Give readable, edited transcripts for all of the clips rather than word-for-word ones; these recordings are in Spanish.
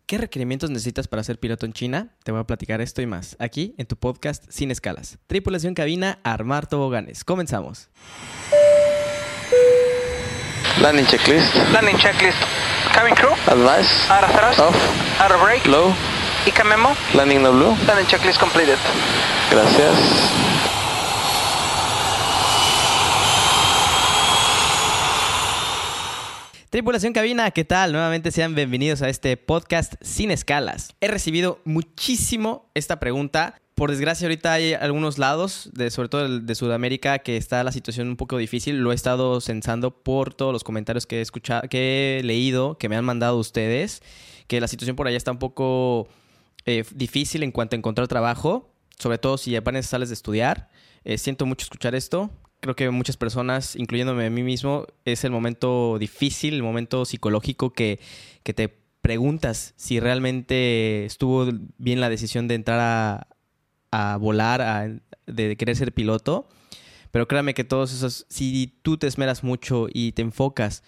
¿Qué requerimientos necesitas para ser piloto en China? Te voy a platicar esto y más, aquí en tu podcast Sin Escalas. Tripulación cabina, armar toboganes. Comenzamos. Landing checklist. Landing checklist. Cabin crew. Advice. Out of thrust. Off. Out of brake. Low. ICA memo. Landing no blue. Landing checklist completed. Gracias. Tripulación cabina, ¿qué tal? Nuevamente sean bienvenidos a este podcast Sin Escalas. He recibido muchísimo esta pregunta. Por desgracia, ahorita hay algunos lados, sobre todo de Sudamérica, que está la situación un poco difícil. Lo he estado censando por todos los comentarios que he escuchado, que he leído, que me han mandado ustedes, que la situación por allá está un poco difícil en cuanto a encontrar trabajo, sobre todo si apenas sales de estudiar. Siento mucho escuchar esto. Creo que muchas personas, incluyéndome a mí mismo, es el momento difícil, el momento psicológico que te preguntas si realmente estuvo bien la decisión de entrar a volar, de querer ser piloto. Pero créame que todos esos, si tú te esmeras mucho y te enfocas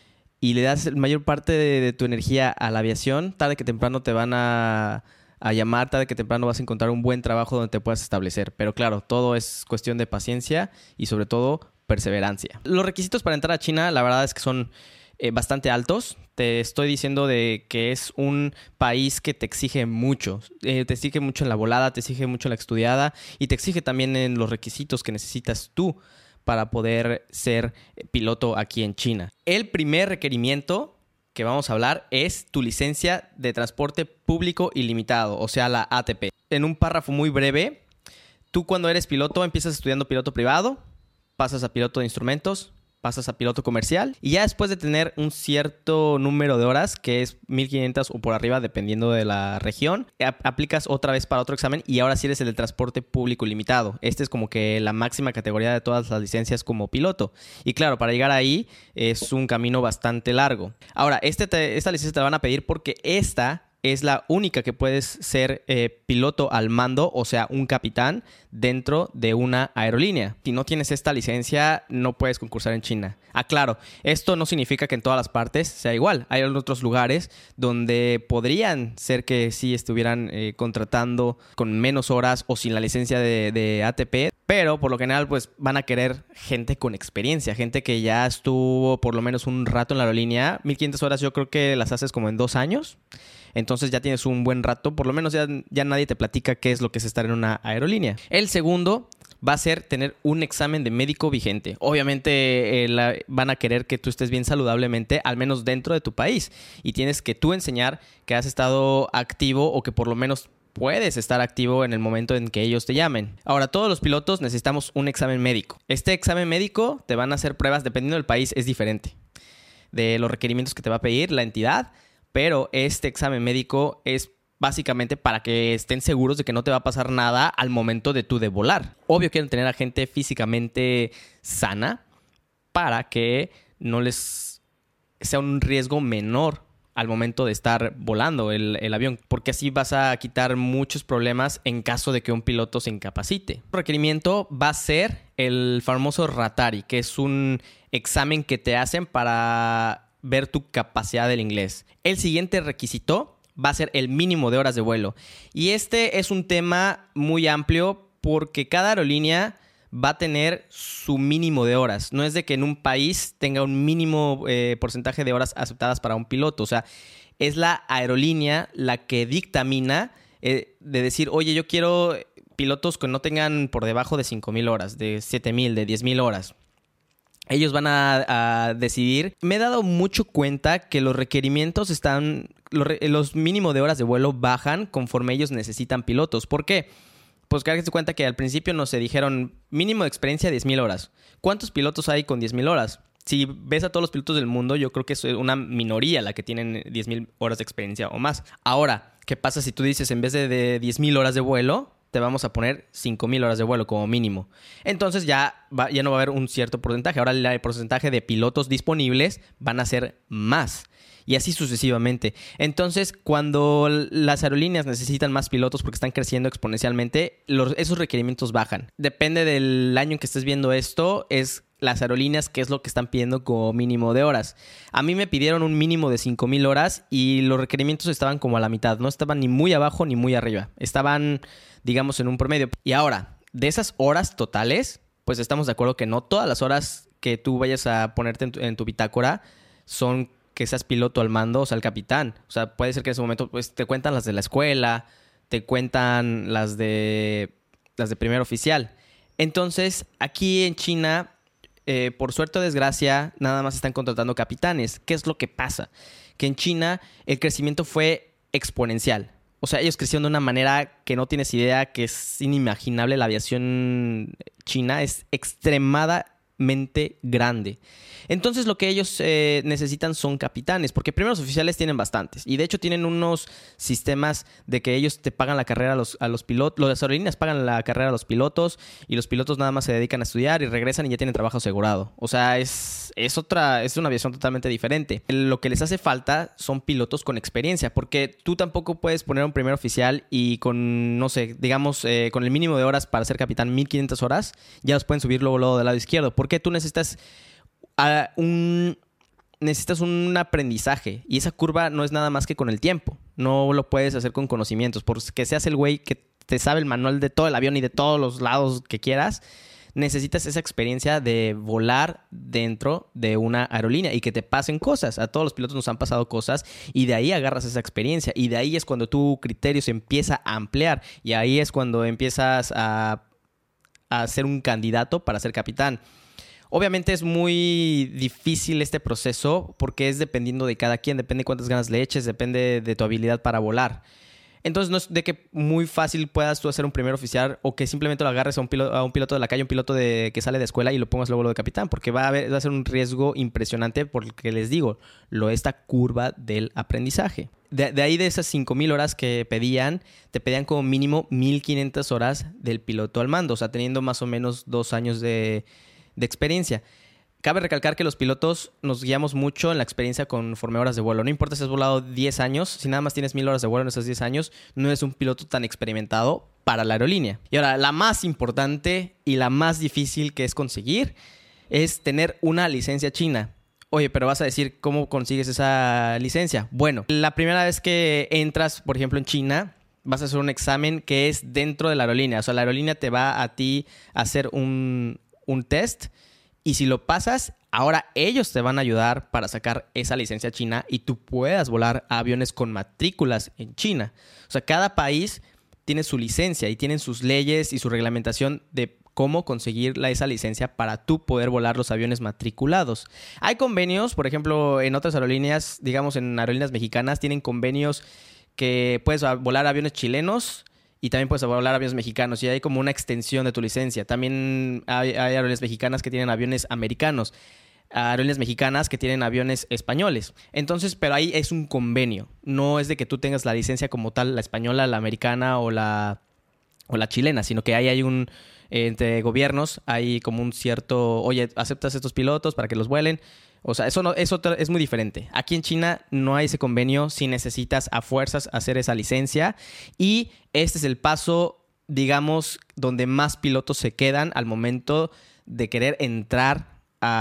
y le das la mayor parte de tu energía a la aviación, tarde que temprano te van a llamar, tarde que temprano vas a encontrar un buen trabajo donde te puedas establecer. Pero claro, todo es cuestión de paciencia y sobre todo perseverancia. Los requisitos para entrar a China, la verdad es que son bastante altos. Te estoy diciendo de que es un país que te exige mucho. Te exige mucho en la volada, te exige mucho en la estudiada y te exige también en los requisitos que necesitas tú para poder ser piloto aquí en China. El primer requerimiento que vamos a hablar es tu licencia de transporte público ilimitado, o sea, la ATP. En un párrafo muy breve, tú cuando eres piloto empiezas estudiando piloto privado, pasas a piloto de instrumentos, pasas a piloto comercial y ya después de tener un cierto número de horas, que es 1500 o por arriba dependiendo de la región, aplicas otra vez para otro examen y ahora sí eres el de transporte público ilimitado. Este es como que la máxima categoría de todas las licencias como piloto. Y claro, para llegar ahí es un camino bastante largo. Ahora, esta licencia te la van a pedir porque esta es la única que puedes ser piloto al mando, o sea, un capitán dentro de una aerolínea. Si no tienes esta licencia, no puedes concursar en China. Claro, esto no significa que en todas las partes sea igual. Hay otros lugares donde podrían ser que sí estuvieran contratando con menos horas o sin la licencia de ATP, pero por lo general pues van a querer gente con experiencia, gente que ya estuvo por lo menos un rato en la aerolínea. 1500 horas yo creo que las haces como en 2 años. Entonces ya tienes un buen rato, por lo menos ya nadie te platica qué es lo que es estar en una aerolínea. El segundo va a ser tener un examen de médico vigente. Obviamente van a querer que tú estés bien saludablemente, al menos dentro de tu país. Y tienes que tú enseñar que has estado activo o que por lo menos puedes estar activo en el momento en que ellos te llamen. Ahora, todos los pilotos necesitamos un examen médico. Este examen médico te van a hacer pruebas, dependiendo del país, es diferente de los requerimientos que te va a pedir la entidad. Pero este examen médico es básicamente para que estén seguros de que no te va a pasar nada al momento de tú de volar. Obvio quieren tener a gente físicamente sana para que no les sea un riesgo menor al momento de estar volando el avión, porque así vas a quitar muchos problemas en caso de que un piloto se incapacite. El requerimiento va a ser el famoso RATARI, que es un examen que te hacen para ver tu capacidad del inglés. El siguiente requisito va a ser el mínimo de horas de vuelo. Y este es un tema muy amplio porque cada aerolínea va a tener su mínimo de horas. No es de que en un país tenga un mínimo porcentaje de horas aceptadas para un piloto. O sea, es la aerolínea la que dictamina de decir, oye, yo quiero pilotos que no tengan por debajo de 5,000 horas, de 7,000, de 10,000 horas. Ellos van a decidir. Me he dado mucho cuenta que los requerimientos los mínimos de horas de vuelo bajan conforme ellos necesitan pilotos. ¿Por qué? Pues que háganse cuenta que al principio nos dijeron mínimo de experiencia 10,000 horas. ¿Cuántos pilotos hay con 10,000 horas? Si ves a todos los pilotos del mundo, yo creo que es una minoría la que tienen 10,000 horas de experiencia o más. Ahora, ¿qué pasa si tú dices en vez de 10,000 horas de vuelo, te vamos a poner 5,000 horas de vuelo como mínimo? Entonces ya no va a haber un cierto porcentaje. Ahora el porcentaje de pilotos disponibles van a ser más. Y así sucesivamente. Entonces, cuando las aerolíneas necesitan más pilotos porque están creciendo exponencialmente, esos requerimientos bajan. Depende del año en que estés viendo esto, es las aerolíneas qué es lo que están pidiendo como mínimo de horas. A mí me pidieron un mínimo de 5,000 horas y los requerimientos estaban como a la mitad. No estaban ni muy abajo ni muy arriba. Estaban, digamos, en un promedio. Y ahora, de esas horas totales, pues estamos de acuerdo que no todas las horas que tú vayas a ponerte en tu bitácora son que seas piloto al mando, o sea, el capitán. O sea, puede ser que en ese momento pues te cuentan las de la escuela, te cuentan las de primer oficial. Entonces, aquí en China, por suerte o desgracia, nada más están contratando capitanes. ¿Qué es lo que pasa? Que en China el crecimiento fue exponencial. O sea, ellos crecieron de una manera que no tienes idea, que es inimaginable. La aviación china es extremadamente grande. Entonces lo que ellos necesitan son capitanes, porque primeros oficiales tienen bastantes. Y de hecho tienen unos sistemas de que ellos te pagan la carrera a los pilotos. Las aerolíneas pagan la carrera a los pilotos y los pilotos nada más se dedican a estudiar y regresan y ya tienen trabajo asegurado. O sea, es una aviación totalmente diferente. Lo que les hace falta son pilotos con experiencia, porque tú tampoco puedes poner a un primer oficial y con, no sé, digamos, con el mínimo de horas para ser capitán, 1,500 horas, ya los pueden subir luego del lado izquierdo. Porque tú necesitas un aprendizaje y esa curva no es nada más que con el tiempo. No lo puedes hacer con conocimientos. Porque seas el güey que te sabe el manual de todo el avión y de todos los lados que quieras, necesitas esa experiencia de volar dentro de una aerolínea y que te pasen cosas. A todos los pilotos nos han pasado cosas y de ahí agarras esa experiencia y de ahí es cuando tu criterio se empieza a ampliar y ahí es cuando empiezas a ser un candidato para ser capitán. Obviamente es muy difícil este proceso porque es dependiendo de cada quien, depende de cuántas ganas le eches, depende de tu habilidad para volar. Entonces no es de que muy fácil puedas tú hacer un primer oficial o que simplemente lo agarres a un piloto de la calle, un piloto que sale de escuela y lo pongas luego lo de capitán, porque va a ser un riesgo impresionante porque les digo, esta curva del aprendizaje. De ahí de esas 5,000 horas que pedían, te pedían como mínimo 1,500 horas del piloto al mando, o sea, teniendo más o menos 2 años de experiencia. Cabe recalcar que los pilotos nos guiamos mucho en la experiencia conforme horas de vuelo. No importa si has volado 10 años, si nada más tienes 1,000 horas de vuelo en esos 10 años, no eres un piloto tan experimentado para la aerolínea. Y ahora, la más importante y la más difícil que es conseguir es tener una licencia china. Oye, pero vas a decir, ¿cómo consigues esa licencia? Bueno, la primera vez que entras, por ejemplo, en China, vas a hacer un examen que es dentro de la aerolínea. O sea, la aerolínea te va a ti a hacer un test y si lo pasas, ahora ellos te van a ayudar para sacar esa licencia china y tú puedas volar a aviones con matrículas en China. O sea, cada país tiene su licencia y tienen sus leyes y su reglamentación de cómo conseguir esa licencia para tú poder volar los aviones matriculados. Hay convenios, por ejemplo, en otras aerolíneas, digamos en aerolíneas mexicanas, tienen convenios que puedes volar aviones chilenos y también puedes volar aviones mexicanos y hay como una extensión de tu licencia. También hay aerolíneas mexicanas que tienen aviones americanos, aerolíneas mexicanas que tienen aviones españoles. Entonces, pero ahí es un convenio. No es de que tú tengas la licencia como tal, la española, la americana o la chilena, sino que ahí hay entre gobiernos hay como un cierto, oye, ¿aceptas estos pilotos para que los vuelen? O sea, eso es muy diferente. Aquí en China no hay ese convenio si necesitas a fuerzas hacer esa licencia. Y este es el paso, digamos, donde más pilotos se quedan al momento de querer entrar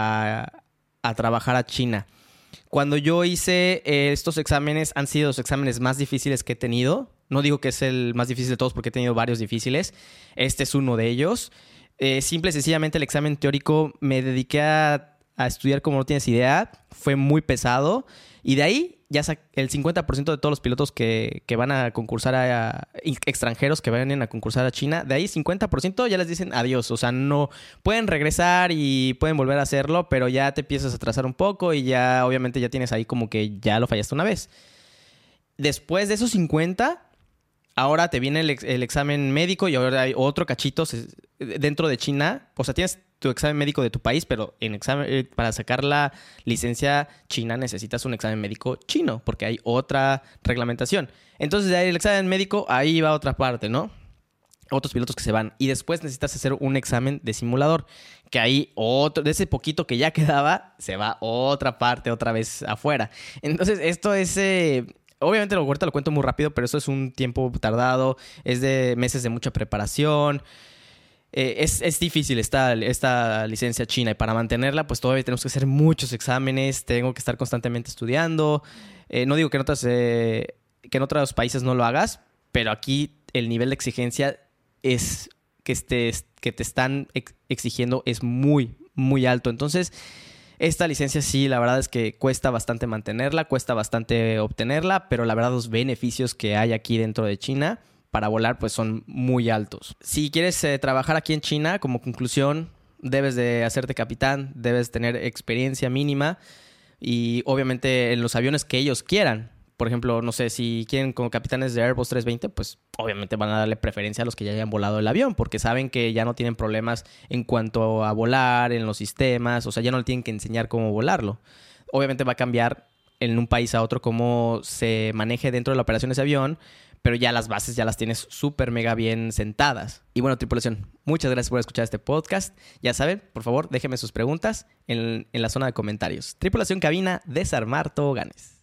a trabajar a China. Cuando yo hice estos exámenes, han sido los exámenes más difíciles que he tenido. No digo que es el más difícil de todos porque he tenido varios difíciles. Este es uno de ellos. Simple y sencillamente el examen teórico me dediqué a estudiar como no tienes idea. Fue muy pesado. Y de ahí ya el 50% de todos los pilotos que van a concursar extranjeros que vayan a concursar a China, de ahí 50% ya les dicen adiós. O sea, no pueden regresar y pueden volver a hacerlo, pero ya te empiezas a atrasar un poco y ya obviamente ya tienes ahí como que ya lo fallaste una vez. Después de esos 50, ahora te viene el examen médico y ahora hay otro cachito dentro de China. O sea, tienes tu examen médico de tu país, pero para sacar la licencia china necesitas un examen médico chino porque hay otra reglamentación. Entonces, de ahí el examen médico, ahí va otra parte, ¿no? Otros pilotos que se van. Y después necesitas hacer un examen de simulador, que ahí de ese poquito que ya quedaba, se va otra parte otra vez afuera. Entonces, esto es... obviamente ahorita lo cuento muy rápido, pero eso es un tiempo tardado, es de meses de mucha preparación. Es difícil esta licencia china y para mantenerla pues todavía tenemos que hacer muchos exámenes, tengo que estar constantemente estudiando. No digo que en otros países no lo hagas, pero aquí el nivel de exigencia es que te están exigiendo es muy, muy alto. Entonces, esta licencia sí, la verdad es que cuesta bastante mantenerla, cuesta bastante obtenerla, pero la verdad los beneficios que hay aquí dentro de China para volar pues son muy altos. Si quieres trabajar aquí en China, como conclusión, debes de hacerte capitán, debes tener experiencia mínima y obviamente en los aviones que ellos quieran. Por ejemplo, no sé, si quieren como capitanes de Airbus 320, pues obviamente van a darle preferencia a los que ya hayan volado el avión, porque saben que ya no tienen problemas en cuanto a volar, en los sistemas, o sea, ya no le tienen que enseñar cómo volarlo. Obviamente va a cambiar en un país a otro cómo se maneje dentro de la operación ese avión, pero ya las bases ya las tienes súper mega bien sentadas. Y bueno, tripulación, muchas gracias por escuchar este podcast. Ya saben, por favor, déjenme sus preguntas en la zona de comentarios. Tripulación cabina, desarmar toboganes.